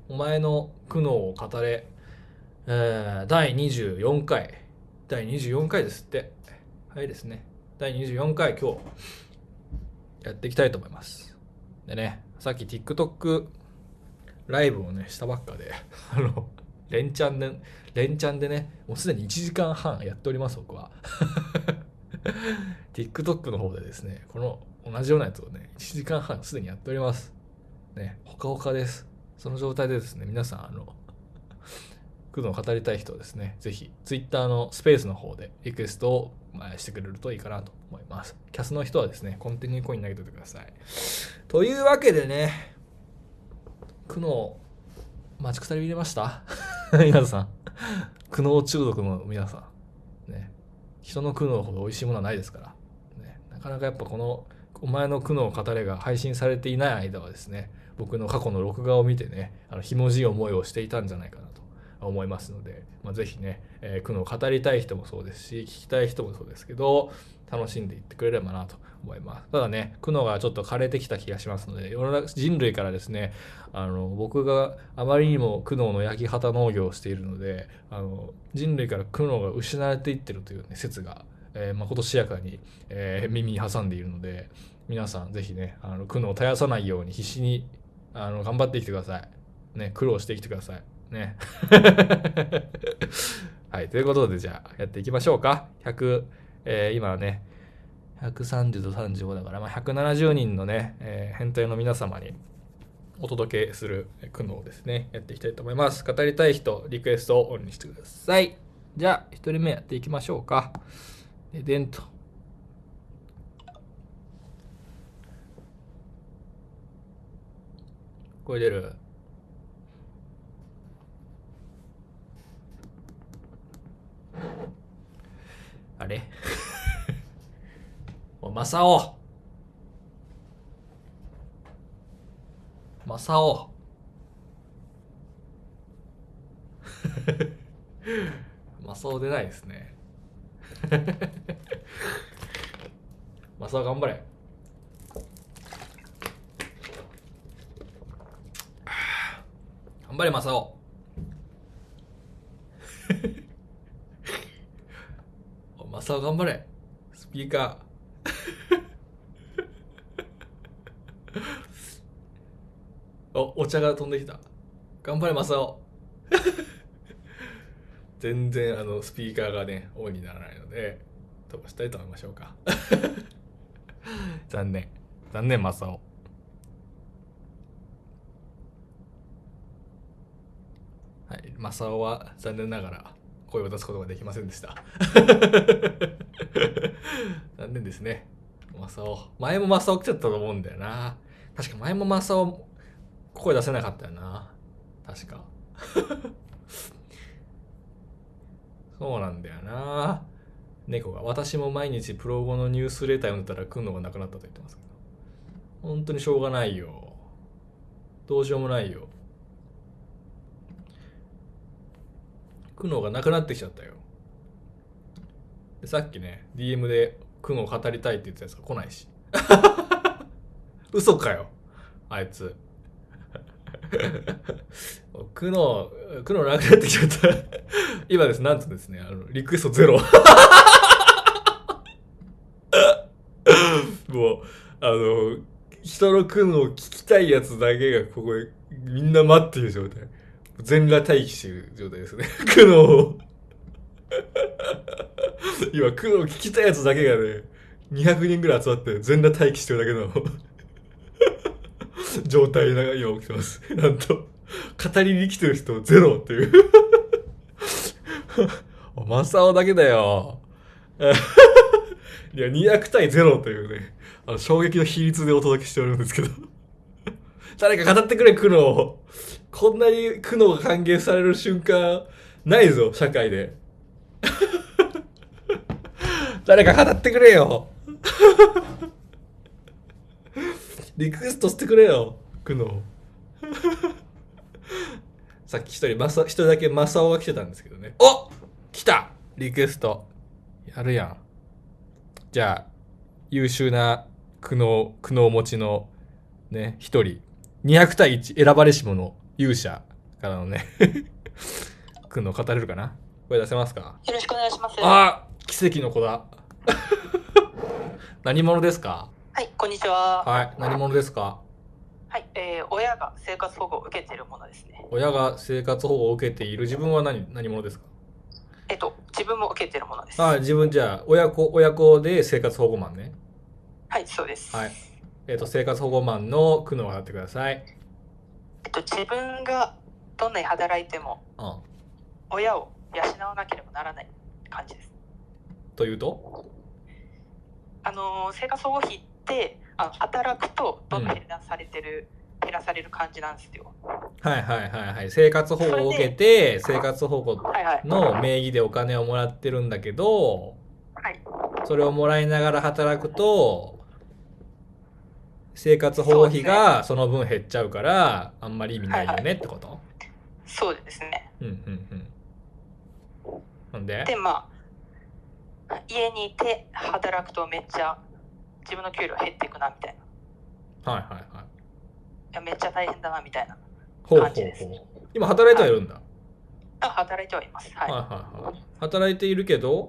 お前の苦悩を語れ、第24回。第24回ですって。はいですね。第24回今日やっていきたいと思います。でね、さっき TikTok ライブをね、したばっかで、連チャンで、連チャンでね、もうすでに1時間半やっております、僕は。TikTok の方でですね、この同じようなやつをね、1時間半すでにやっております。ね、ほかほかです。その状態でですね、皆さん、苦悩を語りたい人はですね、ぜひ、Twitter のスペースの方でリクエストをしてくれるといいかなと思います。キャスの人はですね、コンティニューコイン投げておいてください。というわけでね、苦悩、待ちくたび入れました皆さん。苦悩中毒の皆さん。ね。人の苦悩ほど美味しいものはないですから。ね、なかなかやっぱこの、お前の苦悩を語れが配信されていない間はですね、僕の過去の録画を見てね、ひもじい思いをしていたんじゃないかなと思いますので、ぜひね、苦悩を語りたい人もそうですし、聞きたい人もそうですけど、楽しんでいってくれればなと思います。ただね、苦悩がちょっと枯れてきた気がしますので、世の中人類からですね、僕があまりにも苦悩の焼き畑農業をしているので、人類から苦悩が失われていってるという、ね、説が、まことしやかに、耳に挟んでいるので、皆さんぜひね、苦悩を絶やさないように必死に頑張ってきてください。ね、苦労してきてください。ね。はい、ということでじゃあやっていきましょうか。今はね、130と35だから、170人のね、変態の皆様にお届けする苦悩をですね、やっていきたいと思います。語りたい人、リクエストをオンにしてください。じゃあ、1人目やっていきましょうか。ででんと。声出る？あれお、マサオマサオマサオ出ないですね。マサオ頑張れ。頑張れマサオ。マサオ頑張れ。スピーカー。お茶が飛んできた。頑張れマサオ。全然スピーカーがねオンにならないので飛ばしたいと思いましょうか。残念残念マサオ。はい、マサオは残念ながら声を出すことができませんでした。残念ですね。マサオ前もマサオ来ちゃったと思うんだよな。確か前もマサオ声出せなかったよな、確か。そうなんだよな。猫が私も毎日プロ語のニュースレター読んでたら来るのがなくなったと言ってますけど、本当にしょうがないよ。どうしようもないよ。苦悩がなくなってきちゃったよ。でさっきね DM で苦悩を語りたいって言ってたやつが来ないし。嘘かよあいつ。苦悩なくなってきちゃった。今ですなんとですね、リクエストゼロ。もう人の苦悩を聞きたいやつだけがここでみんな待っている状態。全裸待機している状態ですね。苦悩を。今、苦悩を聞きたいやつだけがね、200人ぐらい集まって全裸待機してるだけの状態が今起きてます。なんと、語りに来てる人ゼロっていう。マサオだけだよ。いや、200対0というね、衝撃の比率でお届けしておるんですけど。誰か語ってくれ、苦悩。こんなに苦悩が歓迎される瞬間、ないぞ、社会で。誰か語ってくれよ。リクエストしてくれよ、苦悩。さっき一人だけマサオが来てたんですけどね。お来たリクエスト。やるやん。じゃあ、優秀な苦悩持ちのね、一人。200対1選ばれし者、勇者。 からのねくんの語れるかな。声出せますか？ よろしくお願いします。 あ、奇跡の子だ何者ですか？ はい、こんにちは。 はい、何者ですか？ はい、親が生活保護を受けているものですね。 親が生活保護を受けている。自分は何者ですか？ 自分も受けているものです。 あ、自分じゃあ親子で生活保護マンね。 はい、そうです。 はい。生活保護マンの苦悩を払ってください。 自分がどんなに働いても、親を養わなければならない感じです。 というと、 生活保護費って働くとどんどん減らされる感じなんですよ。 はいはいはいはい。生活保護を受けて、生活保護の名義でお金をもらってるんだけど、 はい、 それをもらいながら働くと、生活保護費がその分減っちゃうから、あんまり意味ないよねってこと？ そうですね。 なんで？ で、家にいて働くとめっちゃ自分の給料減っていくなみたいな。はいはいはい。 いやめっちゃ大変だなみたいな感じです。 今働いてはいるんだ。 働いてはいます。はい。 はいはいはい。働いているけど、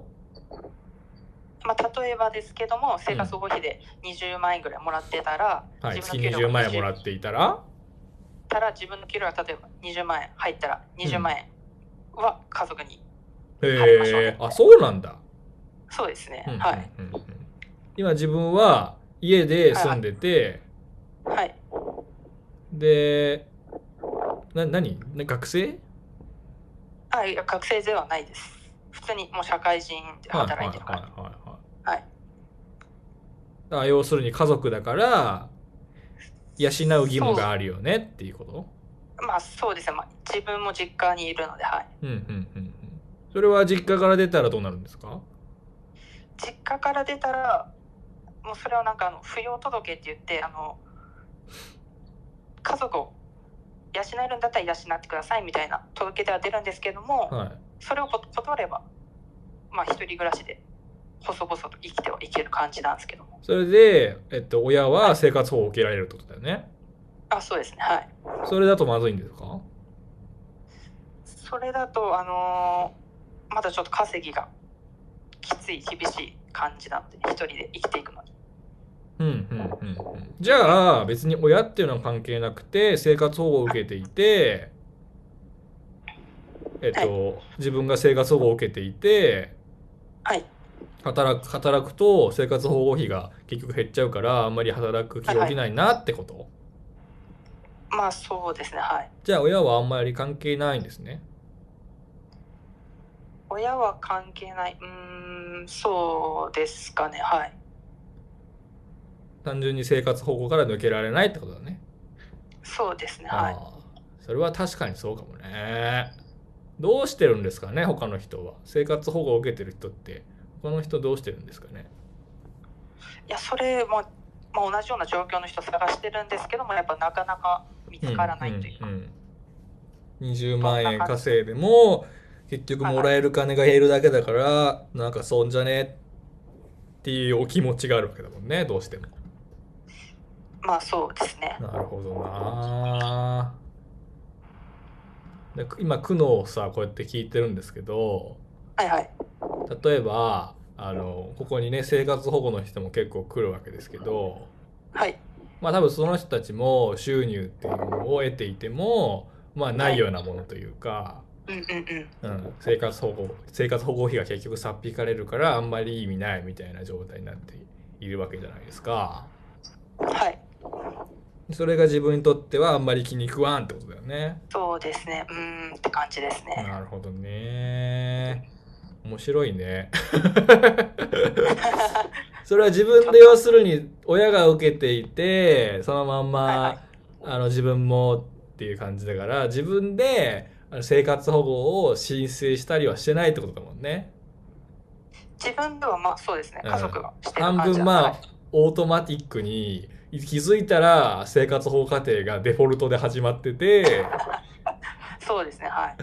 例えばですけども、生活保護費で20万円ぐらいもらってたら、 月20万円もらっていたら自分の給料が例えば20万円入ったら20万円は家族に入りましょうね。あ、そうなんだ。 そうですね。はい。 今自分は家で住んでて、 はい。 で、何学生？ いや、学生ではないです。普通にもう社会人で働いてるから。はい。 要するに家族だから養う義務があるよねっていうこと？ そうですね。自分も実家にいるので、はい。 それは実家から出たらどうなるんですか？ 実家から出たら、もうそれは扶養届って言って、家族を養えるんだったら養ってくださいみたいな届け出は出るんですけども、それを断れば、一人暮らしで細々と生きてはいける感じなんですけども。 それで、親は生活保護を受けられるってことだよね。 そうですね。はい。 それだとまずいんですか？ それだとまだちょっと稼ぎが厳しい感じなので、一人で生きていくのに。 じゃあ別に親っていうのは関係なくて生活保護を受けていて、自分が生活保護を受けていて、働くと生活保護費が結局減っちゃうからあんまり働く気が起きないなってこと？ そうですね。はい。 じゃあ親はあんまり関係ないんですね。 親は関係ない。そうですかね。はい。 単純に生活保護から抜けられないってことだね。 そうですね。はい。 それは確かにそうかもね。どうしてるんですかね、他の人は。生活保護を受けてる人って他の人どうしてるんですかね。 いや、それも、同じような状況の人探してるんですけども、やっぱなかなか見つからないというか。 20万円稼いでも結局もらえる金が減るだけだから、なんかそんじゃねっていうお気持ちがあるわけだもんね、どうしても。 そうですね。 なるほどな。今苦悩をさこうやって聞いてるんですけど、例えばここにね生活保護の人も結構来るわけですけど、多分その人たちも収入っていうのを得ていてもないようなものというか、生活保護費が結局さっ引かれるからあんまり意味ないみたいな状態になっているわけじゃないですか。それが自分にとってはあんまり気に食わんってことだよね。 そうですね。って感じですね。 なるほどね。面白いね。それは自分で要するに親が受けていてそのまんま、自分もっていう感じだから自分で生活保護を申請したりはしてないってことだもんね。 自分ではそうですね。家族がしてる感じだ。 半分オートマティックに気づいたら生活保護過程がデフォルトで始まっててそうですね。はい。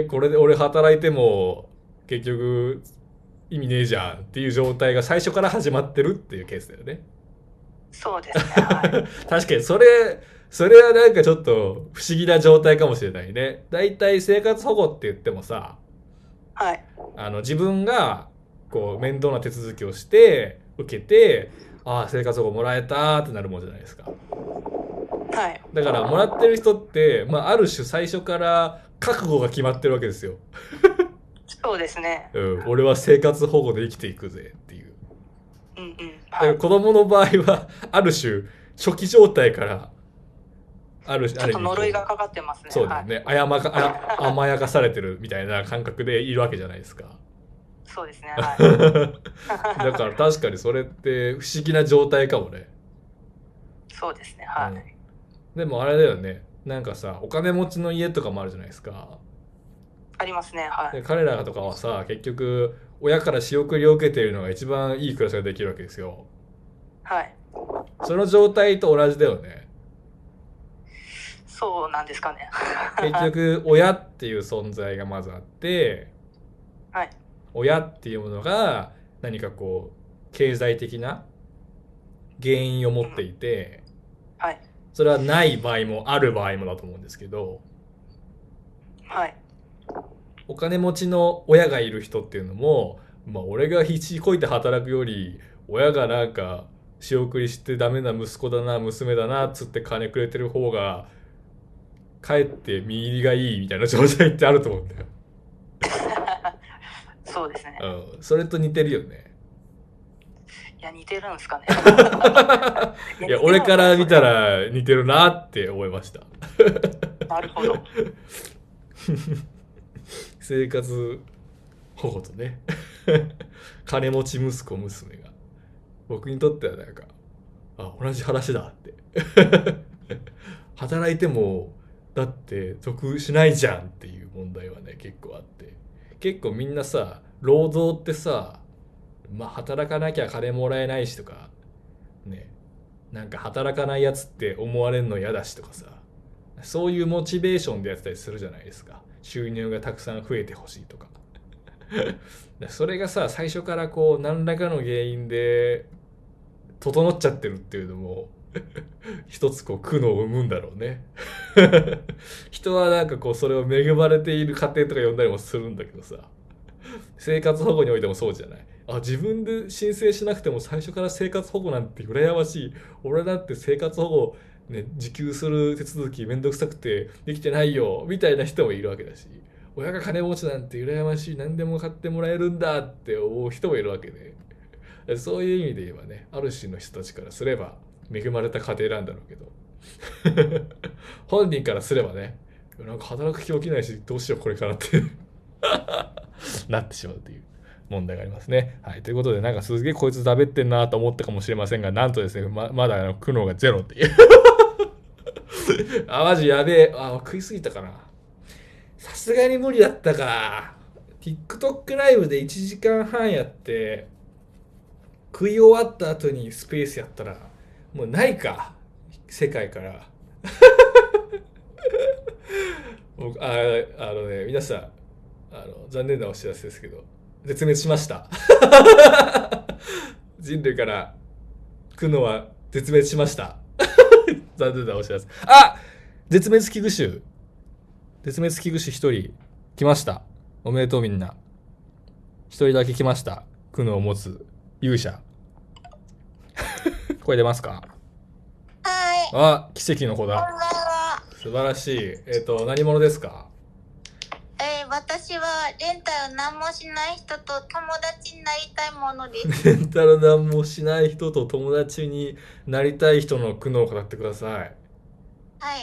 これで俺働いても結局意味ねえじゃんっていう状態が最初から始まってるっていうケースだよね。 そうですね。はい、 確かにそれそれはなんかちょっと不思議な状態かもしれないね。だいたい生活保護って言ってもさ、 はい。 自分がこう面倒な手続きをして受けて、ああ生活保護もらえたってなるもんじゃないですか。 はい。 だからもらってる人って、まあ、ある種最初から覚悟が決まってるわけですよ。 そうですね。 うん、俺は生活保護で生きていくぜっていう。 うんうん。 はい、子供の場合はある種初期状態からちょっと呪いがかかってますね。 そうだよね、はい、甘やかされてるみたいな感覚でいるわけじゃないですか。 そうですね。はい。 だから確かにそれって不思議な状態かもね。 そうですね。はい。 でもあれだよね。なんかさ、お金持ちの家とかもあるじゃないですか。 ありますね。はい。 で彼らとかはさ、結局親から仕送りを受けているのが一番いい暮らしができるわけですよ。 はい。 その状態と同じだよね。 そうなんですかね。 結局親っていう存在がまずあって、 はい。 親っていうものが何かこう経済的な原因を持っていて、 はい。 それはない場合もある場合もだと思うんですけど、 はい。 お金持ちの親がいる人っていうのも、まあ俺が必死こいて働くより親がなんか仕送りしてダメな息子だな娘だなっつって金くれてる方がかえって身入りがいいみたいな状態ってあると思うんだよ。 そうですね。 うん、それと似てるよね。 いや似てるんですかね。 いや俺から見たら似てるなって思いました。 なるほど。 生活保護とね金持ち息子娘が僕にとってはなんか同じ話だって働いてもだって得しないじゃんっていう問題はね結構あって、結構みんなさ労働ってさ、まあ働かなきゃ金もらえないしとかね、なんか働かないやつって思われるの嫌だしとかさ、そういうモチベーションでやってたりするじゃないですか。収入がたくさん増えてほしいとかそれがさ最初からこう何らかの原因で整っちゃってるっていうのも一つこう苦悩を生むんだろうね人はなんかこうそれを恵まれている家庭とか呼んだりもするんだけどさ、生活保護においてもそうじゃない。自分で申請しなくても最初から生活保護なんて羨ましい、俺だって生活保護ね受給する手続きめんどくさくてできてないよみたいな人もいるわけだし、親が金持ちなんて羨ましい、何でも買ってもらえるんだって思う人もいるわけで、そういう意味で言えばね、ある種の人たちからすれば恵まれた家庭なんだろうけど本人からすればね、なんか働く気起きないしどうしようこれからってなってしまうという問題がありますね。はい、ということでなんかすげえこいつだべってんなと思ったかもしれませんが、なんとですね まだ苦悩がゼロっていうマジやべえ、食いすぎたかな、さすがに無理だったか。 TikTok ライブで1時間半やって食い終わった後にスペースやったらもうないか世界から皆さん残念なお知らせですけど絶滅しました人類から来るのは絶滅しました残念なお知らせ。絶滅危惧種一人来ました。おめでとうみんな。一人だけ来ました。苦悩を持つ勇者声出ますか？ はい。 奇跡の子だ。素晴らしい。何者ですか？ 私はレンタル何もしない人と友達になりたいものです。 レンタル何もしない人と友達になりたい人の苦悩を語ってください。 はい。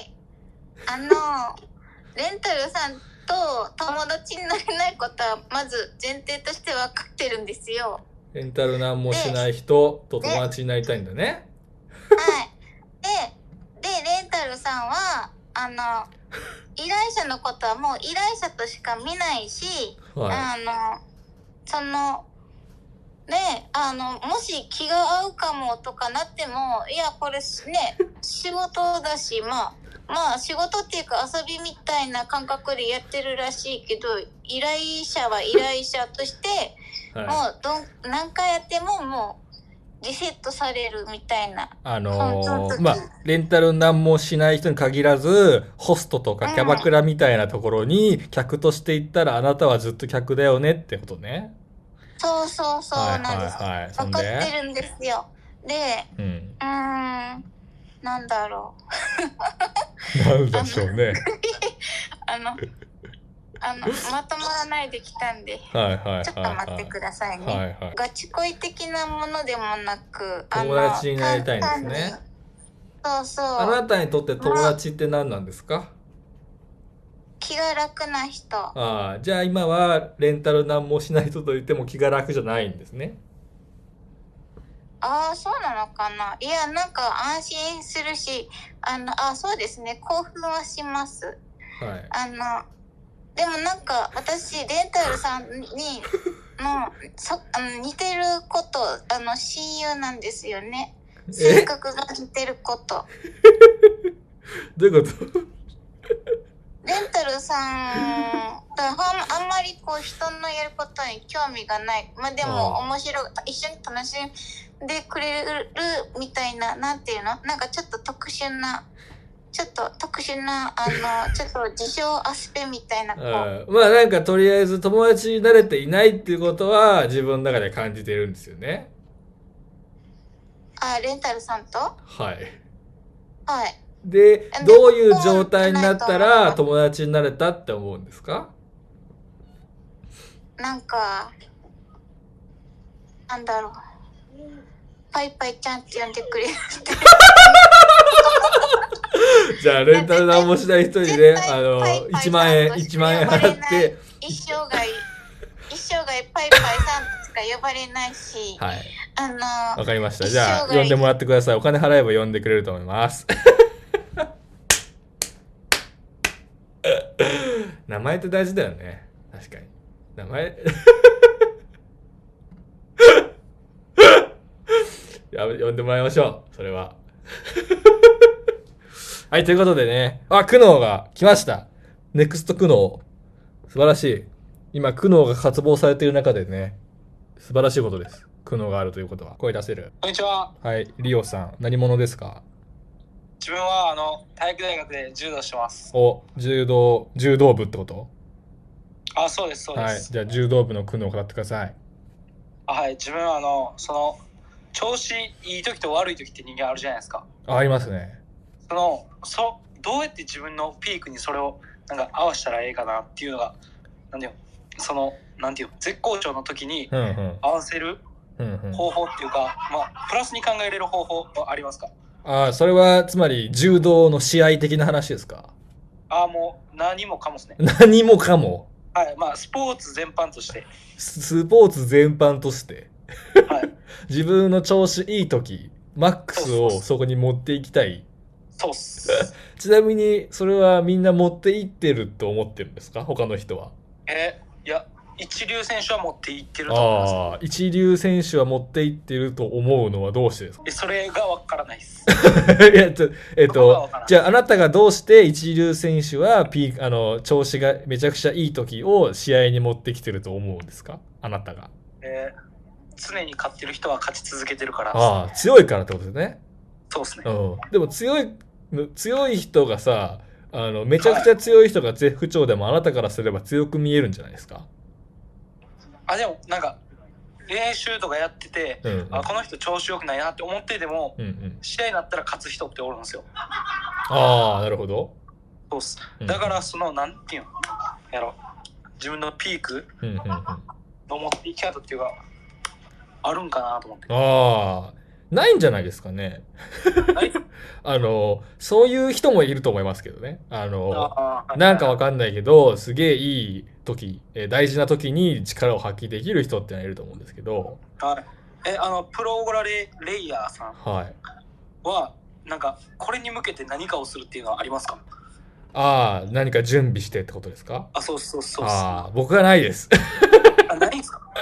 レンタルさんと友達になれないことはまず前提として分かってるんですよ。 レンタル何もしない人と友達になりたいんだね。 はい。で、レンタルさんは依頼者のことはもう依頼者としか見ないし、 はい、 もし気が合うかもとかなっても、いやこれね仕事だし、まあ仕事っていうか遊びみたいな感覚でやってるらしいけど、依頼者は依頼者として、はい、もう何回やってももうリセットされるみたいな。 レンタル何もしない人に限らず、ホストとかキャバクラみたいなところに客として行ったら、あなたはずっと客だよねってことね。 そうそうそうなんです。 はい。 分かってるんですよ。で、なんだろう。なんでしょうね。 まとまらないできたんで、ちょっと待ってくださいね。ガチ恋的なものでもなく、 友達になりたいんですね。 そうそう。 あなたにとって友達って何なんですか？ 気が楽な人。 じゃあ今はレンタル何もしない人と言っても気が楽じゃないんですね。 そうなのかな。いや、なんか安心するし、そうですね、興奮はします。でもなんか私レンタルさんに似てること親友なんですよね。性格が似てること。 どういうこと？ レンタルさんあんまりこう人のやることに興味がない。でも面白い、一緒に楽しんでくれるみたいな、なんていうの、なんかちょっと特殊なちょっと自称アスペみたいな子。 なんかとりあえず友達になれていないっていうことは自分の中で感じてるんですよね。 レンタルさんと？ はい。 で、 どういう状態になったら友達になれたって思うんですか？ なんか、なんだろう。パイパイちゃんって呼んでくれるって。 じゃあレンタル何もしない人にね、1万円払って一生涯パイパイさんとしか呼ばれないし、 わかりました。じゃあ呼んでもらってください。お金払えば呼んでくれると思います。名前って大事だよね。確かに名前呼んでもらいましょう。それははい、ということでね。苦悩が来ました。ネクスト苦悩。素晴らしい。今、苦悩が渇望されている中でね、素晴らしいことです。苦悩があるということは。声出せる。 こんにちは。 はい、リオさん。何者ですか？ 自分は、体育大学で柔道してます。 柔道部ってこと？ そうです、そうです。 はい、じゃあ柔道部の苦悩を語ってください。 はい、自分は、調子いい時と悪い時って人間あるじゃないですか。 ありますね。 どうやって自分のピークにそれをなんか合わせたらええかなっていうのが絶好調の時に合わせる方法っていうか、プラスに考えれる方法はありますか？ それはつまり柔道の試合的な話ですか？ もう何もかもですね。 何もかも。 はい、スポーツ全般として。 スポーツ全般として。 はい。 自分の調子いい時、マックスをそこに持っていきたい。 そうっす。 ちなみにそれはみんな持っていってると思ってるんですか？他の人は。 いや、一流選手は持っていってると思います。 一流選手は持っていってると思うのはどうしてですか？ それがわからないです。 じゃああなたがどうして一流選手は調子がめちゃくちゃいい時を試合に持ってきてると思うんですか？あなたが。 常に勝ってる人は勝ち続けてるからですね。 強いからってことですね。 そうですね。 でも強い人がさ、めちゃくちゃ強い人が絶不調でもあなたからすれば強く見えるんじゃないですか？ でもなんか練習とかやってて、この人調子良くないなって思ってても、試合になったら勝つ人っておるんですよ。 なるほど。 そうっす。だからなんていうのやろ、自分のピークの持っていき方っていうかあるんかなと思って。 ないんじゃないですかね。そういう人もいると思いますけどね。なんかわかんないけど、すげえいい時、大事な時に力を発揮できる人ってのはいると思うんですけど。 プロゴラレイヤーさんは、 なんかこれに向けて何かをするっていうのはありますか？ 何か準備してってことですか？ そうそうそう。 僕はないです。 ないんですか？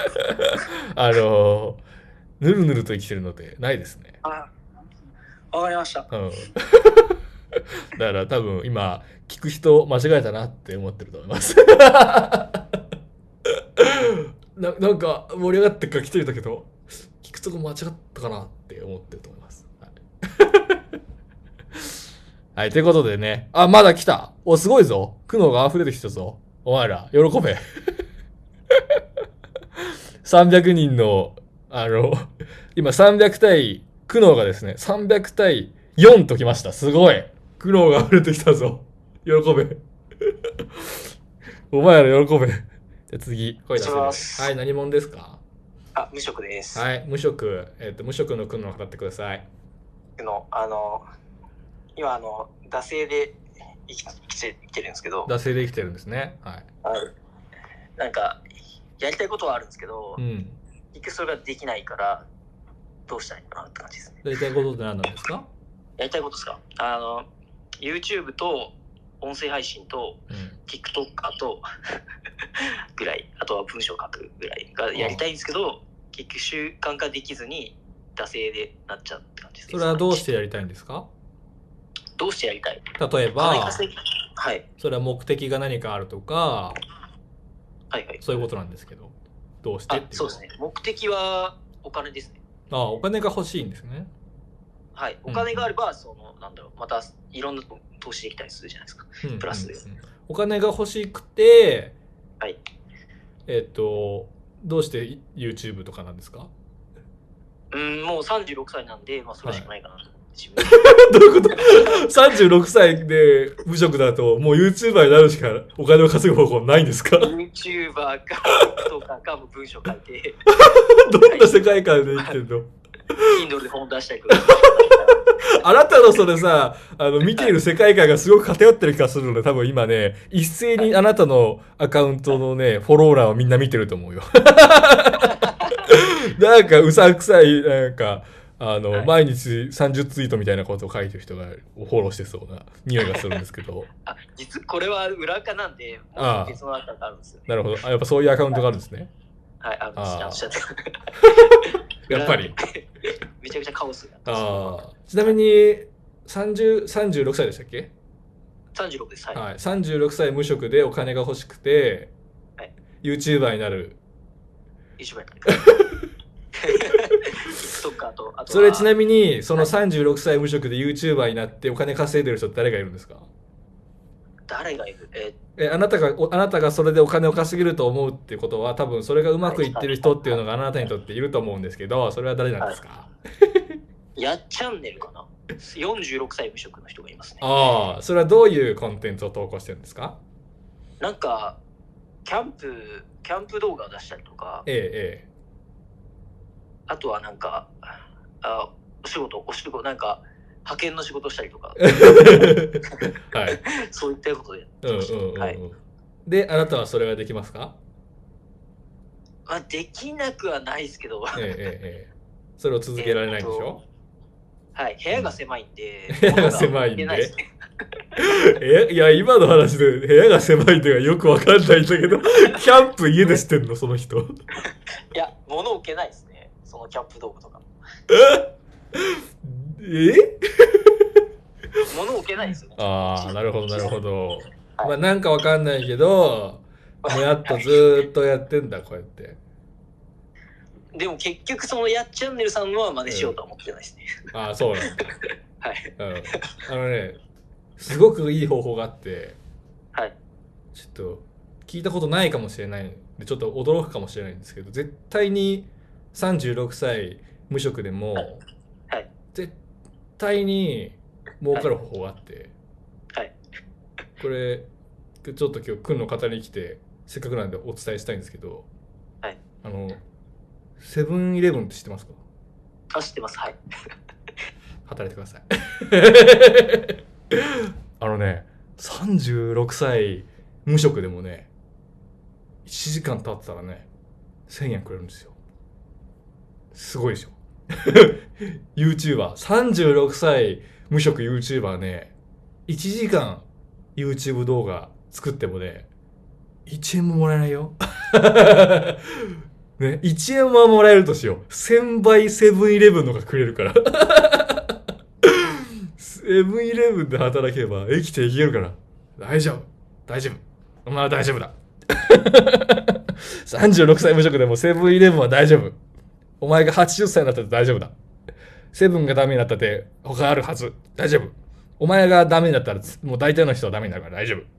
ぬるぬると生きてるのでないですね。 わかりました。 だから多分今聞く人間違えたなって思ってると思います。なんか盛り上がってから来てるんだけど、聞聞くとこ間違ったかなって思ってると思います。はい。はい、ということでね。あ、まだ来た。お、すごいぞ。苦悩が溢れてきたぞ。お前ら、喜べ。300人の、今300対、苦悩がですね、300対4ときました。すごい。苦悩が溢れてきたぞ。喜べ。お前ら喜べ。じゃあ次、声出せる。はい、何者ですか？ 無職です。 はい、無職。無職の苦悩を語ってください。 今、惰性で生きてるんですけど。 惰性で生きてるんですね。はい。 なんか、やりたいことはあるんですけど、結局それができないから、どうしたらいいかなって感じですね。 やりたいことって何なんですか？ やりたいことですか？YouTube と音声配信と、TikToker とぐらい、あとは文章を書くぐらいがやりたいんですけど、結局習慣化できずに惰性でなっちゃうって感じです。 それはどうしてやりたいんですか？ どうしてやりたい？ 例えば、 はい。 それは目的が何かあるとか、 はいはい。 そういうことなんですけど、どうしてっていう。 そうですね。目的はお金ですね。 お金が欲しいんですね。 はい。お金があれば、またいろんな投資できたりするじゃないですか。プラスで。 お金が欲しくて、 はい。 どうして YouTube とかなんですか？ もう36歳なんで、それしかないかなと。 どういうこと？ 36 歳で無職だともう YouTuber になるしかお金を稼ぐ方法ないんですか？ YouTuber かとかも文章書いてどんな世界観で生きてるの？ Kindle で本出したりとかあなたのそれさ、見ている世界観がすごく偏ってる気がするので、多分今ね、一斉にあなたのアカウントのね、フォロー欄をみんな見てると思うよ。なんかうさんくさい、なんか、毎日30ツイートみたいなことを書いてる人がフォローしてそうな匂いがするんですけど。 実これは裏垢なんで、もう別のアカウントあるんですよね。 なるほど。やっぱそういうアカウントがあるんですね。 はい、 やっぱり。 めちゃくちゃカオス。 ちなみに、36歳でしたっけ ？36です。はい。 はい、36歳無職でお金が欲しくて、 はい、 YouTuber になる。 YouTuber になる。 それちなみにその36歳無職で YouTuber になってお金稼いでる人って誰がいるんですか？ 誰がいる？ あなたがそれでお金を稼げると思うっていうことは多分それがうまくいってる人っていうのがあなたにとっていると思うんですけど、それは誰なんですか？ やっチャンネルかな。46歳無職の人がいますね。 それはどういうコンテンツを投稿してるんですか？ なんかキャンプ動画を出したりとか、あとはなんかお仕事なんか派遣の仕事したりとか、はい、そういったことでやってました。はい。 で、あなたはそれができますか？ できなくはないですけど、 それを続けられないんでしょ？ はい、部屋が狭いんで。 部屋が狭いんで。いや、今の話で部屋が狭いってよくわかんないんだけど、キャンプ家でしてんのその人？ いや、物置けないですね。そのキャンプ道具とか。物置けないですよね。 なるほどなるほど。はい、なんかわかんないけど、もやっとずーっとやってんだこうやって。 でも結局そのやっチャンネルさんのは真似しようとは思ってないですね。 そうなんだ。 はい。 すごくいい方法があって、 はい。 ちょっと聞いたことないかもしれないで、ちょっと驚くかもしれないんですけど、絶対に36歳無職でも、 はい。 絶対に儲かる方法があって、 はい。 これちょっと今日君の方に来てせっかくなんでお伝えしたいんですけど、 はい。 セブンイレブンって知ってますか？ 知ってます。はい。 働いてください。36歳無職でもね、1時間経ってたらね、1000円くれるんですよ。すごいでしょ。YouTuber、36歳無職 YouTuber ね、1時間 YouTube 動画作ってもね、1円ももらえないよ。ね、1円はもらえるとしよう。1000倍セブンイレブンのがくれるから。セブンイレブンで働けば生きていけるから。大丈夫。お前は大丈夫だ。36歳無職でもセブンイレブンは大丈夫。 お前が80歳になったら大丈夫だ。セブンがダメになったって他あるはず。大丈夫。お前がダメになったらもう大体の人はダメになるから大丈夫。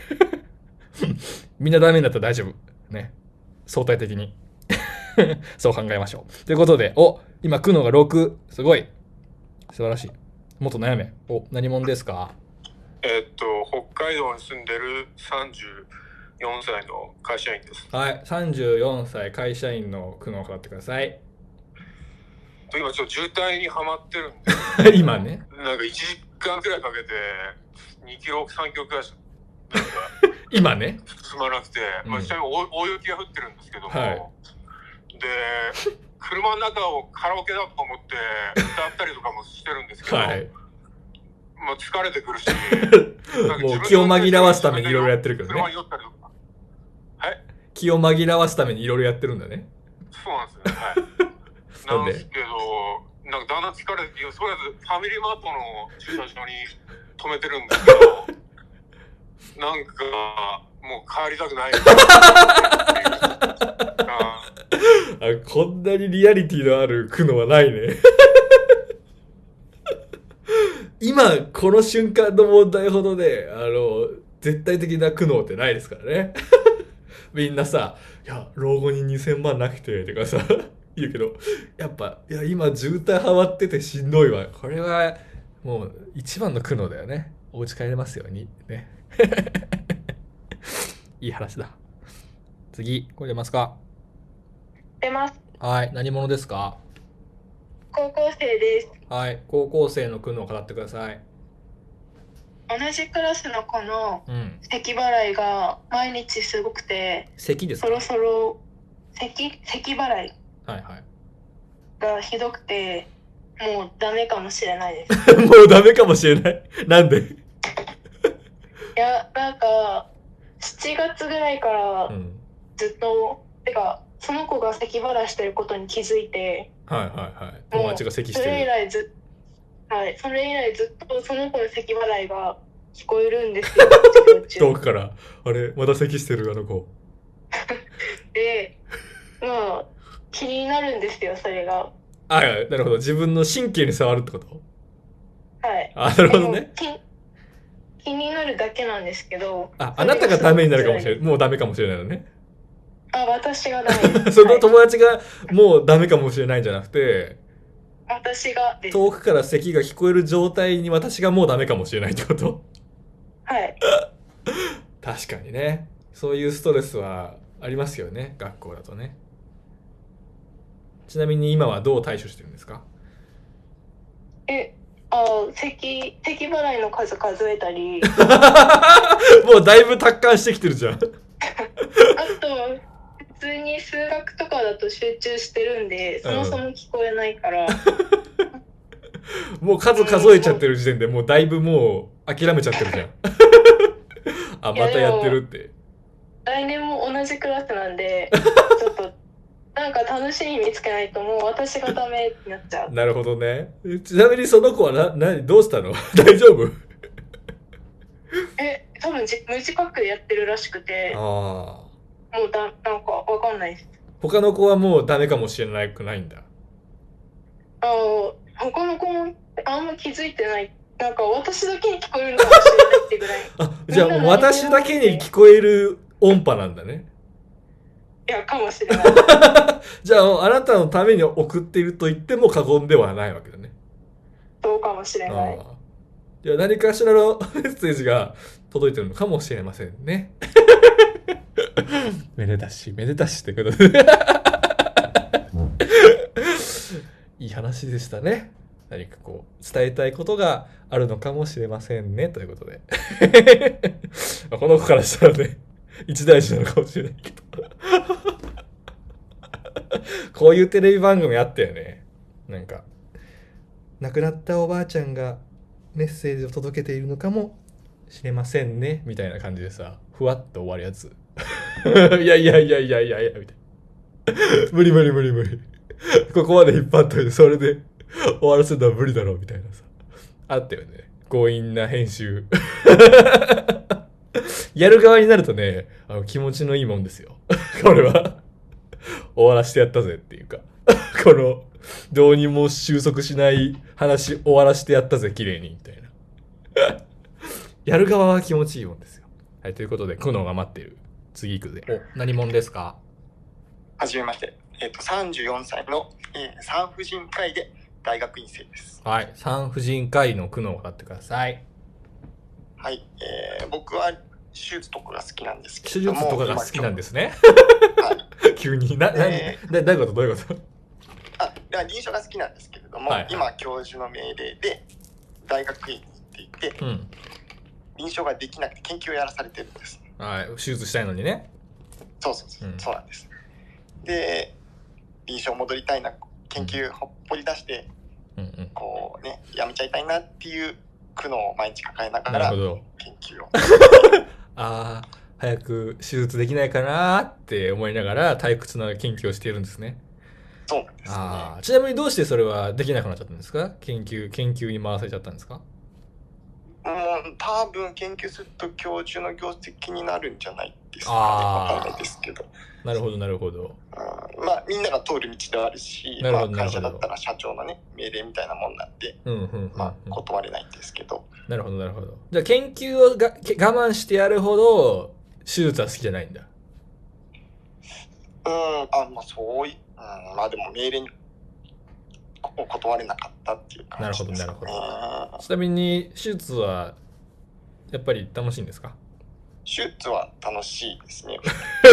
みんなダメになったら大丈夫。ね。相対的に。そう考えましょう。ということで、今、苦悩が6。すごい。素晴らしい。もっと悩め。何者ですか？ 北海道に住んでる34歳の会社員です。 はい。34歳会社員の苦悩を語ってください。 今ちょっと渋滞にはまってるんで。 今ね。 なんか1時間くらいかけて2キロ、3キロくらい今ね。 進まなくて、まあ、下に大雪が降ってるんですけども、はい、で、車の中をカラオケだと思って歌ったりとかもしてるんですけど、はい、まあ疲れてくるし、 もう気を紛らわすためにいろいろやってるけどね。 車に酔ったりとか。はい。 気を紛らわすためにいろいろやってるんだね。 そうなんですよね。はい。なんですけど、なんかだんだん疲れて、とりあえずファミリーマートの駐車場に止めてるんですけど、なんかもう帰りたくない。 こんなにリアリティのある苦悩はないね。今この瞬間の問題ほどね、絶対的な苦悩ってないですからね。みんなさ、いや老後に2000万なくてとかさ言うけど、やっぱ今渋滞はまっててしんどいわ。これはもう一番の苦悩だよね。お家帰れますようにね。いい話だ。次、これ出ますか？ 出ます。 はい、何者ですか？ 高校生です。 はい、高校生の苦悩を語ってください。 同じクラスの子の咳払いが毎日すごくて、 咳ですか？ そろそろ咳払いはいはいがひどくて、もうダメかもしれないです。 もうダメかもしれない。なんで？いや、なんか7月ぐらいからずっと、てかその子が咳払いしてることに気づいて、 はいはいはい、友達が咳してる。 それ以来ずっとその子の咳払いが聞こえるんですよ。 遠くからあれまだ咳してるあの子。 で、まあ気になるんですよそれが。 なるほど、自分の神経に触るってこと？ はい。 なるほどね。 気になるだけなんですけど。 あなたがダメになるかもしれない。もうダメかもしれないのね。 私がダメ。 その友達がもうダメかもしれないんじゃなくて、 私がです。 遠くから咳が聞こえる状態に私がもうダメかもしれないってこと？ はい。 確かにね。そういうストレスはありますよね、学校だとね。ちなみに今はどう対処してるんですか？ 咳払いの数数えたり。 もうだいぶ達観してきてるじゃん。あと普通に数学とかだと集中してるんで、そもそも聞こえないから。 もう数数えちゃってる時点でもうだいぶもう諦めちゃってるじゃん。またやってるって。 来年も同じクラスなんで、ちょっとなんか楽しみ見つけないともう私がダメになっちゃう。 なるほどね。ちなみにその子はどうしたの？大丈夫？ 多分無自覚でやってるらしくて。もうなんかわかんないです。 他の子はもうダメかもしれなくないんだ。 他の子もあんま気づいてない。なんか私だけに聞こえるのかもしれないってぐらい。 じゃあもう私だけに聞こえる音波なんだね。 いや、かもしれない。 じゃああなたのために送っていると言っても過言ではないわけだね。 そうかもしれない。 じゃあ何かしらのメッセージが届いてるのかもしれませんね。めでたしってことで。いい話でしたね。何かこう伝えたいことがあるのかもしれませんねということで。この子からしたらね、一大事なのかもしれないけど。こういうテレビ番組あったよね。なんか亡くなったおばあちゃんがメッセージを届けているのかもしれませんねみたいな感じでさ、ふわっと終わるやつ。いやみたいな。無理。ここまで引っ張っといてそれで終わらせるのは無理だろうみたいなさ、あったよね。強引な編集。やる側になるとね、気持ちのいいもんですよ。これは終わらせてやったぜっていうか、 この、どうにも収束しない話終わらしてやったぜ、綺麗に、みたいな。やる側は気持ちいいもんですよ。はい、ということで、苦悩が待っている。次行くぜ。お、何者ですか？ はじめまして。34歳の、産婦人科医で大学院生です。 はい、産婦人科医の苦悩を語ってください。 はい、僕は手術とかが好きなんですけども。 手術とかが好きなんですね。 はい、 急に。どういうこと臨床が好きなんですけれども、 はいはい、 今教授の命令で大学院に行っていて、うん、臨床ができなくて研究をやらされてるんです。 はい、手術したいのにね。 そう、そうなんです。で、臨床戻りたいな、研究ほっぽり出して、こうね、やめちゃいたいなっていう苦悩を毎日抱えながら研究を。 ああ、早く手術できないかなって思いながら退屈な研究をしているんですね。 そうなんですね。 ちなみにどうしてそれはできなくなっちゃったんですか？研究に回されちゃったんですか？ 多分研究すると教授の業績になるんじゃないですかね。わかんないですけど。 なるほど。 まあみんなが通る道ではあるし、会社だったら社長のね命令みたいなもんなんで、断れないんですけど。 なるほど。じゃあ研究を我慢してやるほど手術は好きじゃないんだ。 まあそういう、まあでも命令に断れなかったっていう感じですね。なるほど。 ちなみに手術はやっぱり楽しいんですか？ 手術は楽しいですね。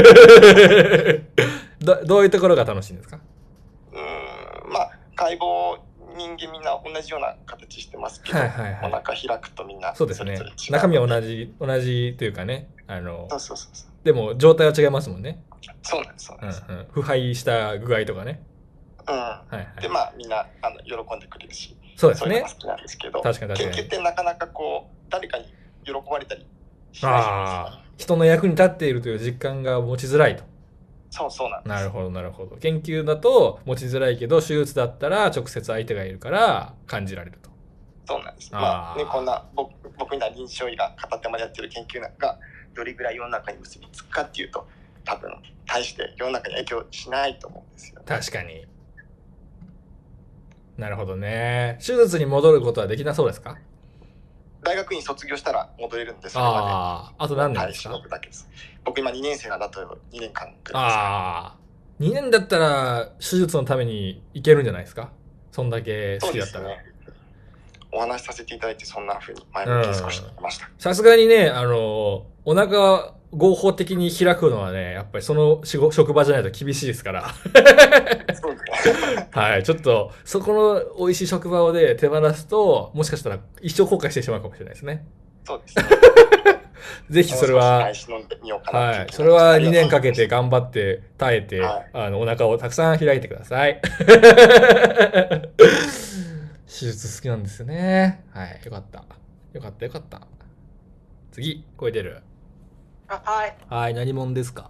どういうところが楽しいんですか？ まあ解剖人間みんな同じような形してますけど、お腹開くとみんなそうですね。中身は同じというかね、 そう。 でも状態は違いますもんね。 そうなんです。 腐敗した具合とかね。 でまあみんな喜んでくれるし、 そうですね。 好きなんですけど、 確かに研究ってなかなかこう誰かに喜ばれたりしないじゃないですか。 人の役に立っているという実感が持ちづらいと。 そうなんです。 なるほど。研究だと持ちづらいけど手術だったら直接相手がいるから感じられると。 そうなんです。まあね、こんな僕みたいな臨床医が片手間でやってる研究なんかどれぐらい世の中に結びつくかっていうと多分大して世の中に影響しないと思うんですよ、ね。 確かに。なるほどね。手術に戻ることはできなそうですか？ 大学院卒業したら戻れるんですけど、 あと何年ですか？ 僕今2年生なんだと2年間くらい 2年だったら手術のために行けるんじゃないですか？そんだけ好きだったら。 お話しさせていただいてそんな風に前向きに少しました。さすがにね、お腹合法的に開くのはね、やっぱりその職場じゃないと厳しいですから。 そうですね。 はい、ちょっとそこの美味しい職場を手放すと、もしかしたら一生後悔してしまうかもしれないですね。 そうですね。 ぜひそれは、はい、それは2年かけて頑張って耐えて、お腹をたくさん開いてください。手術好きなんですよね。はい、よかった。次、声出る。はい、何者ですか？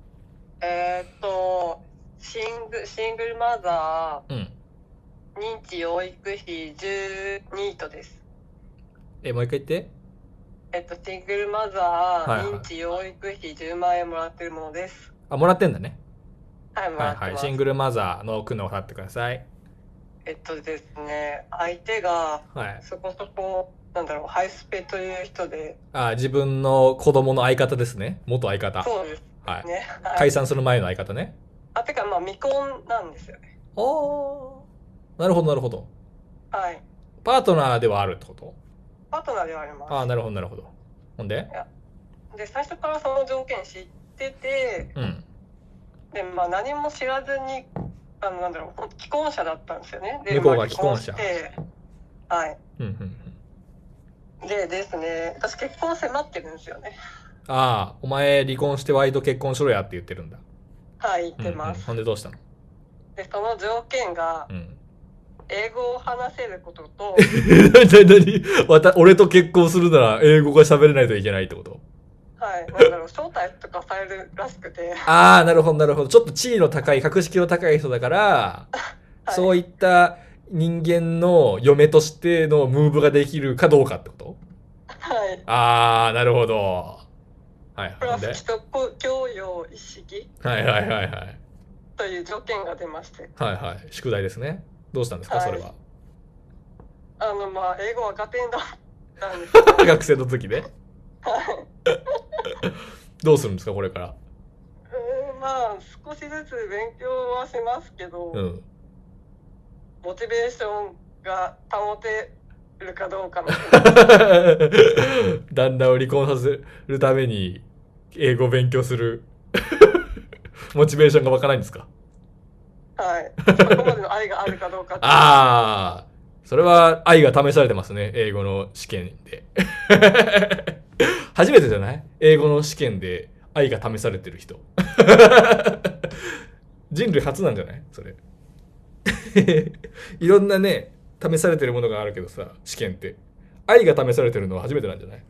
シングルマザー、認知養育費10ニートです。 もう一回言って。 シングルマザー、認知養育費10万円もらってるものです。 もらってんだね。 はい、もらってます。 シングルマザーの苦悩を語ってください。 ですね、相手がそこそこ、ハイスペという人で。 自分の子供の相方ですね。元相方。 そうですね。 はい。解散する前の相方ね。 てか未婚なんですよね。 なるほど。 はい。 パートナーではあるってこと？ パートナーではあります。 なるほど。ほんで？ で、最初からその条件知ってて、で、何も知らずに、既婚者だったんですよね。 向こうが既婚者。 はい。でですね、私結婚迫ってるんですよね。 お前離婚してワイド結婚しろやって言ってるんだ。 はい、言ってます。 ほんでどうしたの？ で、その条件が、英語を話せることと俺と結婚するなら英語が喋れないといけないってこと？ はい、招待とかされるらしくて。 なるほど。ちょっと地位の高い、格式の高い人だから、そういった人間の嫁としてのムーブができるかどうかってこと？ はい。 なるほど。 プラス人教養一式。 はい。 という条件が出まして。 はいはい。宿題ですね。どうしたんですか、それは。 まあ、英語は加点だったんですけど。 学生の時ね。 はい。 どうするんですか、これから。 まあ、少しずつ勉強はしますけど、モチベーションが保てるかどうかの旦那を離婚させるために英語を勉強するモチベーションが湧かないんですか。 はい。そこまでの愛があるかどうか。 ああ、それは愛が試されてますね、英語の試験で。初めてじゃない？英語の試験で愛が試されてる人。人類初なんじゃない？それ。いろんなね、試されてるものがあるけどさ、試験って。愛が試されてるのは初めてなんじゃない？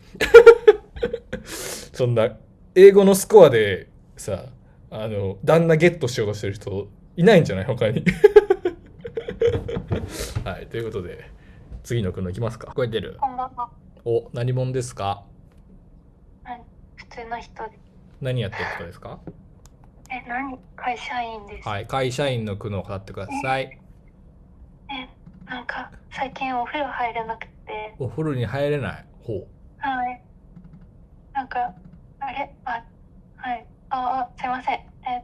そんな、英語のスコアでさ、旦那ゲットしようとしてる人いないんじゃない？他に。はい、ということで、次の句のいきますか。聞こえてる？ こんばんは。 お、何者ですか？ 普通の人で。 何やってる人ですか？ 会社員です。 はい、会社員の句のを語ってください。 なんか最近お風呂入れなくて。 お風呂に入れない。ほう。 はい。なんかはい。すいません。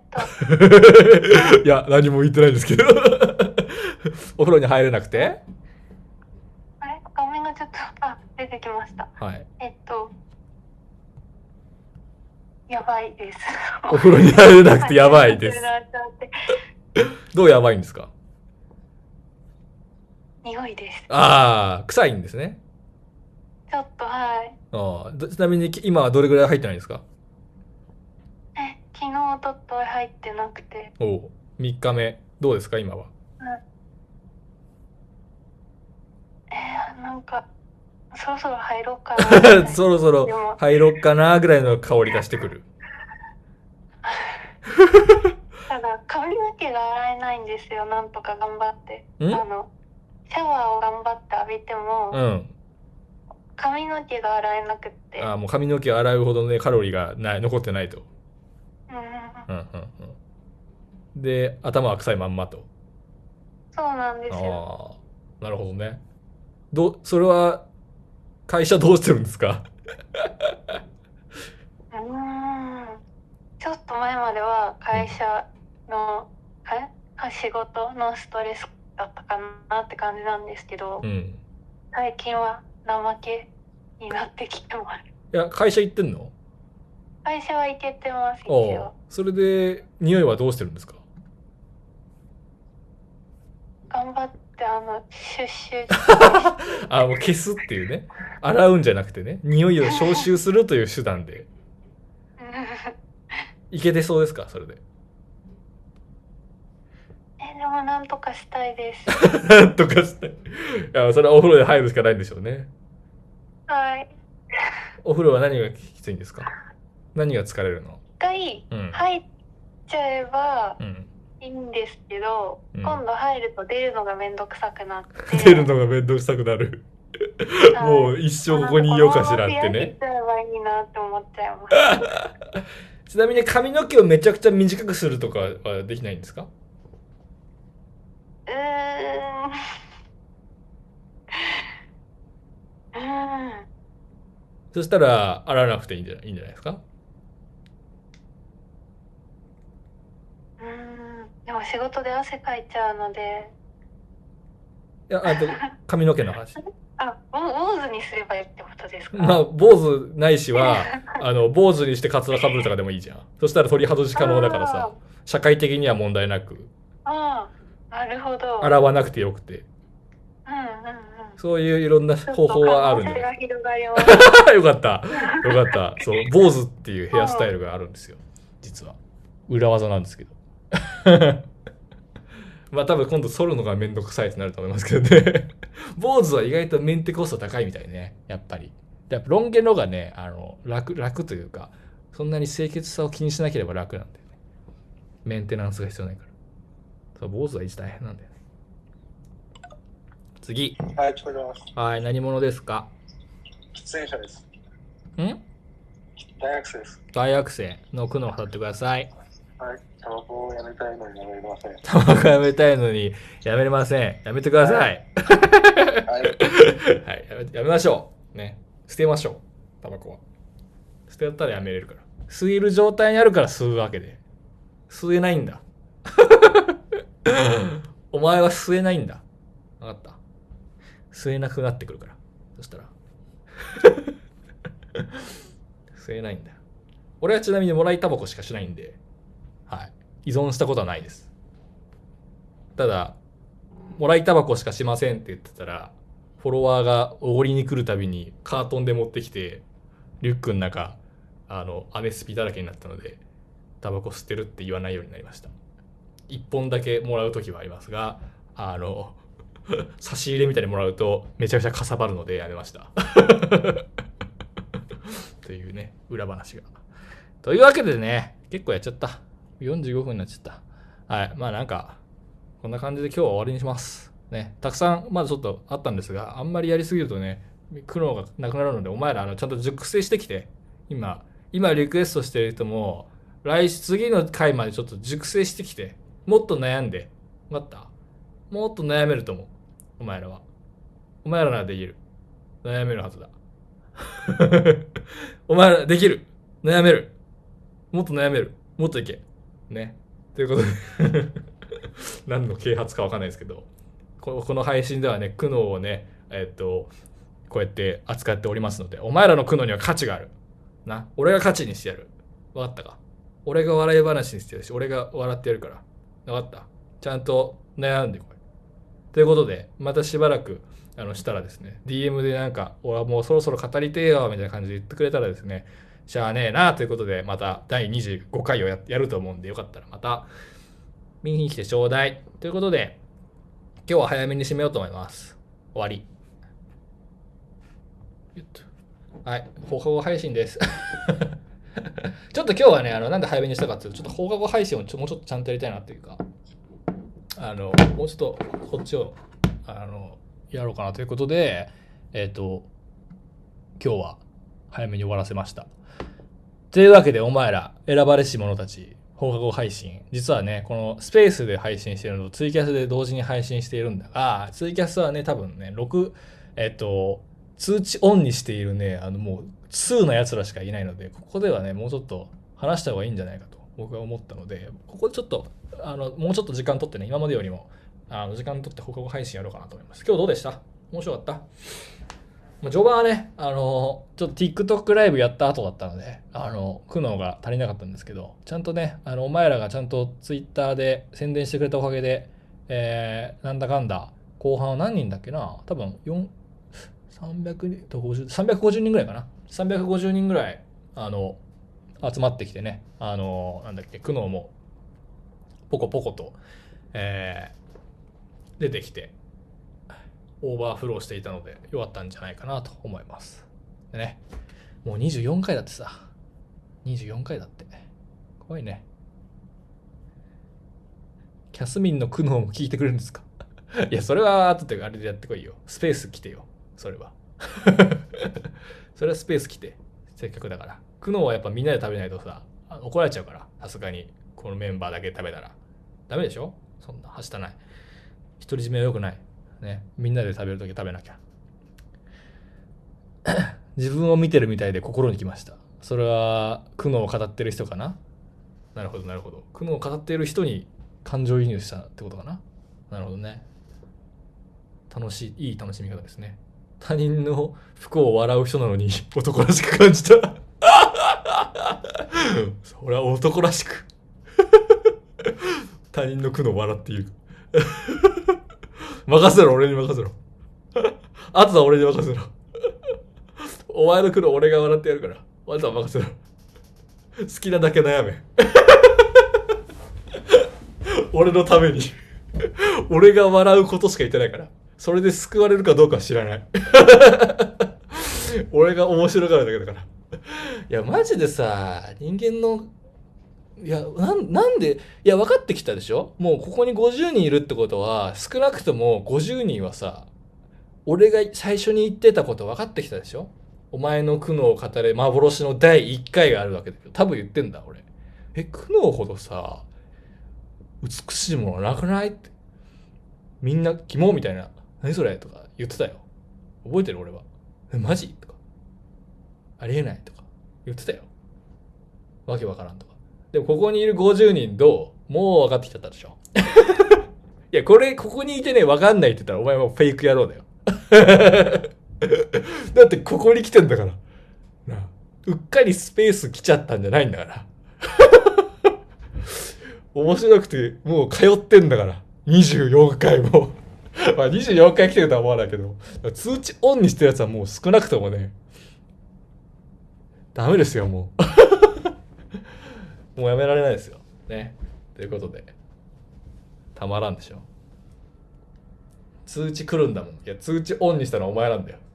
いや、何も言ってないんですけど。お風呂に入れなくて？ 画面がちょっと出てきました。 はい。 やばいです。 お風呂に入れなくてやばいです。どうやばいんですか？ 匂いです。 ああ、臭いんですね。 ちょっとはい。 ちなみに今はどれぐらい入ってないんですか？ 昨日おととい入ってなくて。 お、3日目どうですか今は？ なんかそろそろ入ろうかな。 そろそろ入ろうかなぐらいの香り出してくる。 ただ髪の毛が洗えないんですよ。なんとか頑張って。シャワーを頑張って浴びても、髪の毛が洗えなくって。 もう髪の毛を洗うほどねカロリーが残ってないと。で、頭は臭いまんまと。 そうなんですよ。 なるほどね。それは会社どうしてるんですか？ ちょっと前までは会社の、仕事のストレスだったかなって感じなんですけど、最近は怠けになってきてます。 いや、会社行ってんの？ 会社は行けてますよ。 それで匂いはどうしてるんですか？ 頑張ってシュッシュもう消すっていうね。洗うんじゃなくてね、匂いを消臭するという手段で。いけてそうですか、それで。 でもなんとかしたいです。 なんとかしたい。いや、それはお風呂で入るしかないんでしょうね。 はい。 お風呂は何がきついんですか？何が疲れるの？ 一回入っちゃえばいいんですけど、今度入ると出るのがめんどくさくなって。 出るのがめんどくさくなる。もう一生ここにいようかしらってね。ちなみに髪の毛をめちゃくちゃ短くするとかはできないんですか？そしたら洗わなくていいんじゃないですか？ でも仕事で汗かいちゃうので。 いや、髪の毛の話。 坊主にすればいいってことですか？ 坊主ないしは坊主にしてカツラかぶるとかでもいいじゃん。そしたら取り外し可能だからさ、社会的には問題なく。 なるほど。 洗わなくてよくて。そういういろんな方法はあるんで。よかった。よかった。そう、坊主っていうヘアスタイルがあるんですよ。実は。裏技なんですけど。多分今度剃るのがめんどくさいってなると思いますけどね。坊主は意外とメンテコスト高いみたいね。やっぱり。やっぱロン毛の方がね、楽というか、そんなに清潔さを気にしなければ楽なんだよね。メンテナンスが必要ないから。そう、坊主は一大変なんだよね。次。 はい、聞こえてます。 はい、何者ですか？ 出演者です。 大学生です。 大学生の句のを語ってください。 はい、タバコをやめたいのにやめれません。 タバコやめたいのにやめれません。やめてください。はい、やめましょう。ね。捨てましょう。タバコは。捨てたらやめれるから。吸える状態にあるから吸うわけで。吸えないんだ。お前は吸えないんだ。わかった。吸えなくなってくるから。そしたら。吸えないんだよ。俺はちなみにもらいタバコしかしないんで、はい。依存したことはないです。ただ、もらいタバコしかしませんって言ってたら、フォロワーがおごりに来るたびにカートンで持ってきて、リュックの中、アメスピだらけになったので、タバコ吸ってるって言わないようになりました。1本だけもらうときはありますが、差し入れみたいにもらうとめちゃくちゃかさばるのでやめました。というね、裏話が。というわけでね、結構やっちゃった。45分になっちゃった。はい。まあなんか、こんな感じで今日は終わりにします。ね。たくさん、まだちょっとあったんですが、あんまりやりすぎるとね、苦労がなくなるので、お前らちゃんと熟成してきて、今リクエストしてる人も、次の回までちょっと熟成してきて、もっと悩んで。分かった？もっと悩めると思う。お前らは。お前らならできる。悩めるはずだ。お前らできる。悩める。もっと悩める。もっといけ。ね。ということで。何の啓発か分かんないですけど、この配信ではね、苦悩をね、こうやって扱っておりますので、お前らの苦悩には価値がある。な。俺が価値にしてやる。分かったか？俺が笑い話にしてやるし、俺が笑ってやるから。分かった？ちゃんと悩んでこい。ということで、またしばらく、したらですね、DM でなんか、俺はもうそろそろ語りてえよ、みたいな感じで言ってくれたらですね、しゃあねえな、ということで、また第25回をやると思うんで、よかったらまた、見に来てちょうだい。ということで、今日は早めに締めようと思います。終わり。はい、放課後配信です。ちょっと今日はね、なんで早めにしたかっていうと、ちょっと放課後配信をもうちょっとちゃんとやりたいなっていうか、もうちょっとこっちを、やろうかなということで、今日は早めに終わらせました。というわけで、お前ら、選ばれし者たち、放課後配信。実はね、このスペースで配信しているのとツイキャスで同時に配信しているんだが、ツイキャスはね、多分ね、通知オンにしているね、もう、2の奴らしかいないので、ここではね、もうちょっと話した方がいいんじゃないかと僕は思ったので、ここでちょっと、もうちょっと時間取ってね、今までよりも、時間取って放課後配信やろうかなと思います。今日どうでした？面白かった？序盤はね、ちょっと TikTok ライブやった後だったので、苦悩が足りなかったんですけど、ちゃんとね、お前らがちゃんと Twitter で宣伝してくれたおかげで、なんだかんだ、後半は何人だっけな？多分350人ぐらいかな。350人ぐらい、集まってきてね、なんだっけ、苦悩も、ポコポコと、出てきて、オーバーフローしていたので、よかったんじゃないかなと思います。でね、もう24回だってさ、24回だって。怖いね。キャスミンの苦悩も聞いてくれるんですか？いや、それは後であれでやってこいよ。スペース来てよ。それは。それはスペース来て。せっかくだから。苦悩はやっぱみんなで食べないとさ、怒られちゃうから。さすがに、このメンバーだけ食べたら。ダメでしょ？そんな、はしたない。独り占めは良くない。ね。みんなで食べるとき食べなきゃ。自分を見てるみたいで心にきました。それは、苦悩を語ってる人かな？なるほど、なるほど。苦悩を語っている人に感情移入したってことかな？なるほどね。いい楽しみ方ですね。他人の不幸を笑う人なのに男らしく感じた。それは男らしく。他人の苦悩を笑っている。任せろ、俺に任せろ。あとは俺に任せろ。お前の苦悩俺が笑ってやるから。あとは任せろ。好きなだけ悩め。俺のために。俺が笑うことしか言ってないから。それで救われるかどうかは知らない。俺が面白がるだけだから。いや、マジでさ、人間の、いや、なんで、いや、分かってきたでしょ？もうここに50人いるってことは、少なくとも50人はさ、俺が最初に言ってたこと分かってきたでしょ？お前の苦悩を語れ幻の第1回があるわけだけど、多分言ってんだ、俺。 苦悩ほどさ美しいものなくないって、みんなキモみたいな、何それとか言ってたよ。覚えてる？俺は。マジとか、ありえないとか言ってたよ。わけわからんとか。でもここにいる50人どう？もう分かってきちゃったでしょ。いや、ここにいてね、分かんないって言ったらお前もフェイク野郎だよ。だってここに来てんだから。なあ、うっかりスペース来ちゃったんじゃないんだから。面白くてもう通ってんだから。24回も。まあ24回来てるとは思わないけど、通知オンにしてるやつはもう少なくともね、ダメですよ、もう。もうやめられないですよ。ね。ということで、たまらんでしょ。通知来るんだもん。いや、通知オンにしたのはお前なんだよ。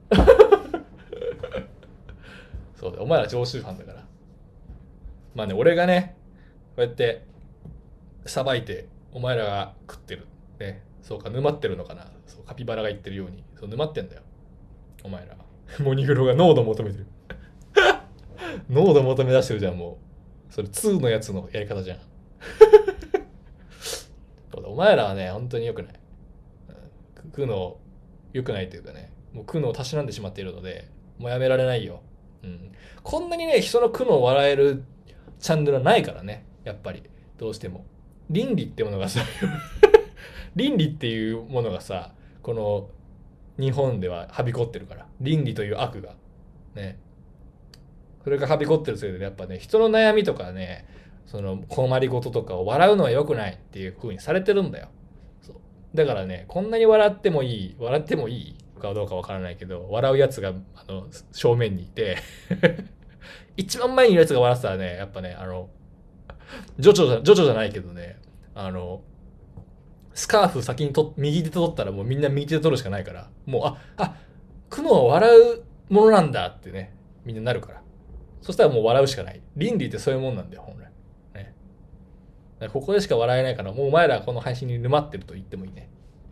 そうだよ、お前ら常習犯だから。まあね、俺がね、こうやって、さばいて、お前らが食ってる。ね。そうか、沼ってるのかな。そう、カピバラが言ってるように。そう、沼ってんだよ。お前ら。モニグロが濃度求めてる。濃度求め出してるじゃん、もう。それ2のやつのやり方じゃん。そうだ、お前らはね、本当に良くない。苦悩、良くないというかね、もう苦悩をたしなんでしまっているので、もうやめられないよ。うん。こんなにね、人の苦悩を笑えるチャンネルはないからね、やっぱり。どうしても。倫理ってものがさ、倫理っていうものがさ、この日本でははびこってるから。倫理という悪が。ね。それがはびこってるせいで、やっぱね、人の悩みとかね、その困りごととかを笑うのは良くないっていう風にされてるんだよ。そう。だからね、こんなに笑ってもいいかどうかわからないけど、笑うやつが正面にいて、一番前にいるやつが笑ってたらね、やっぱね、ジョジョじゃないけどね、スカーフ先に右手で取ったらもうみんな右手で取るしかないから、もう、苦悩は笑うものなんだってね、みんななるから。そしたらもう笑うしかない。倫理ってそういうもんなんだよ、本来。ね。だからここでしか笑えないから、もうお前らこの配信に沼ってると言ってもいいね。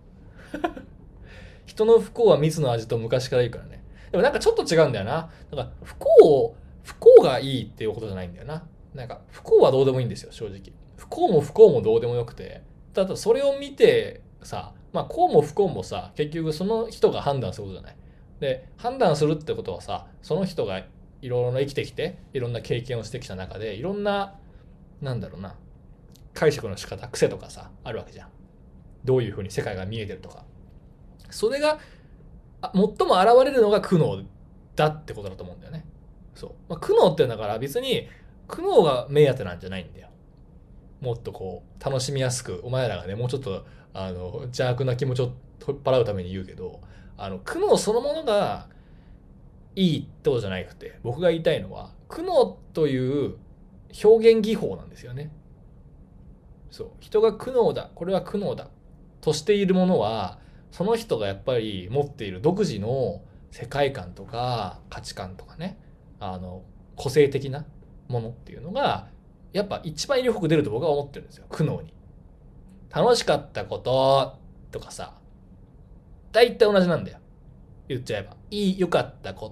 人の不幸は蜜の味と昔から言うからね。でもなんかちょっと違うんだよな。だから不幸がいいっていうことじゃないんだよな。なんか不幸はどうでもいいんですよ、正直。不幸もどうでもよくて。ただそれを見てさ、まあ幸も不幸もさ、結局その人が判断することじゃない。で、判断するってことはさ、その人がいろいろな生きてきて、いろんな経験をしてきた中で、いろんな、なんだろうな、解釈の仕方、癖とかさ、あるわけじゃん。どういうふうに世界が見えてるとか。それが、最も現れるのが苦悩だってことだと思うんだよね。そう。まあ、苦悩ってだから別に、苦悩が目当てなんじゃないんだよ。もっとこう、楽しみやすく、お前らがね、もうちょっと、邪悪な気持ちを取っ払うために言うけど、苦悩そのものが、いいってことじゃなくて、僕が言いたいのは、苦悩という表現技法なんですよね。そう。人が苦悩だ、これは苦悩だ、としているものは、その人がやっぱり持っている独自の世界観とか価値観とかね、個性的なものっていうのが、やっぱ一番色濃く出ると僕は思ってるんですよ。苦悩に。楽しかったこととかさ、大体同じなんだよ。言っちゃえば。良かったこと、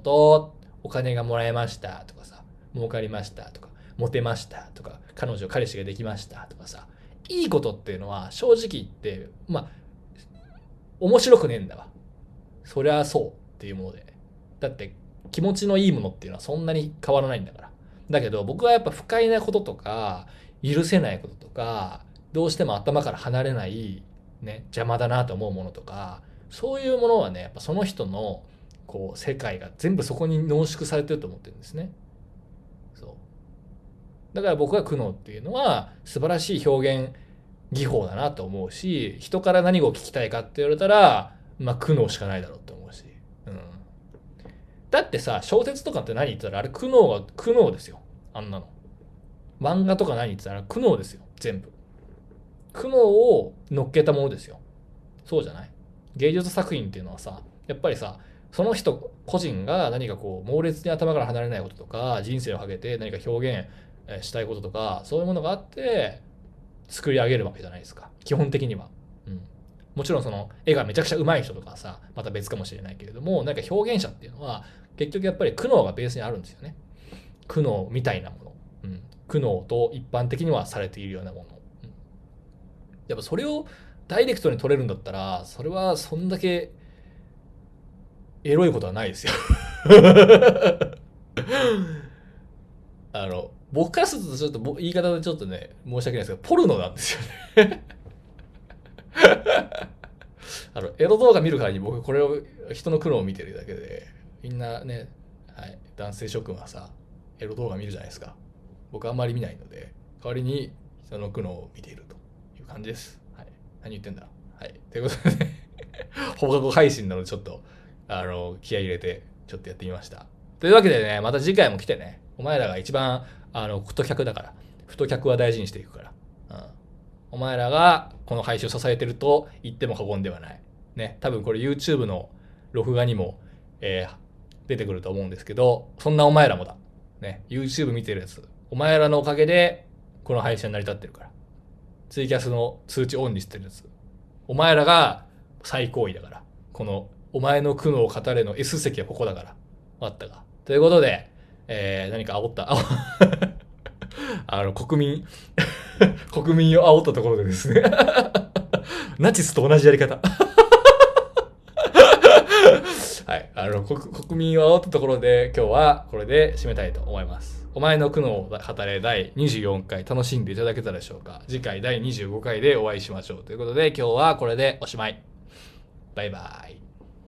お金がもらえましたとかさ、儲かりましたとか、モテましたとか、彼氏ができましたとかさ、いいことっていうのは正直言って、まあ、面白くねえんだわ。そりゃそうっていうもので。だって気持ちのいいものっていうのはそんなに変わらないんだから。だけど僕はやっぱ不快なこととか、許せないこととか、どうしても頭から離れない、ね、邪魔だなと思うものとか、そういうものはね、やっぱその人のこう世界が全部そこに濃縮されてると思ってるんですね。そう。だから僕は苦悩っていうのは素晴らしい表現技法だなと思うし、人から何を聞きたいかって言われたら、まあ苦悩しかないだろうと思うし。うん。だってさ、小説とかって何言ったらあれ苦悩ですよ。あんなの。漫画とか何言ってたら苦悩ですよ。全部。苦悩を乗っけたものですよ。そうじゃない？芸術作品っていうのはさ、やっぱりさ、その人個人が何かこう猛烈に頭から離れないこととか、人生をかけて何か表現したいこととか、そういうものがあって作り上げるわけじゃないですか。基本的には。うん。もちろんその絵がめちゃくちゃ上手い人とかさ、また別かもしれないけれども、なんか表現者っていうのは結局やっぱり苦悩がベースにあるんですよね。苦悩みたいなもの。うん。 苦悩と一般的にはされているようなもの。やっぱそれをダイレクトに取れるんだったら、それはそんだけエロいことはないですよ。僕からするとちょっと言い方でちょっとね、申し訳ないですけど、ポルノなんですよね。エロ動画見るからに僕これを人の苦悩を見てるだけで、みんなね、はい、男性諸君はさ、エロ動画見るじゃないですか。僕あんまり見ないので、代わりに人の苦悩を見ているという感じです。はい、何言ってんだ。はい、ということでね、放課後配信なのでちょっと気合い入れてちょっとやってみました。というわけでね、また次回も来てね、お前らが一番太客だから、太客は大事にしていくから、お前らがこの配信を支えてると言っても過言ではない。ね、多分これ YouTube の録画にも、出てくると思うんですけど、そんなお前らもだ。ね、YouTube 見てるやつ。お前らのおかげでこの配信成り立ってるから。ツイキャスの通知オンにしてるやつ。お前らが最高位だから。このお前の苦悩を語れの S 席はここだから。わかったか。ということで、何か煽った。国民を煽ったところでですね。ナチスと同じやり方。はい。国民を煽ったところで、今日はこれで締めたいと思います。お前の苦悩を語れ第24回楽しんでいただけたでしょうか。次回第25回でお会いしましょう。ということで、今日はこれでおしまい。バイバイ。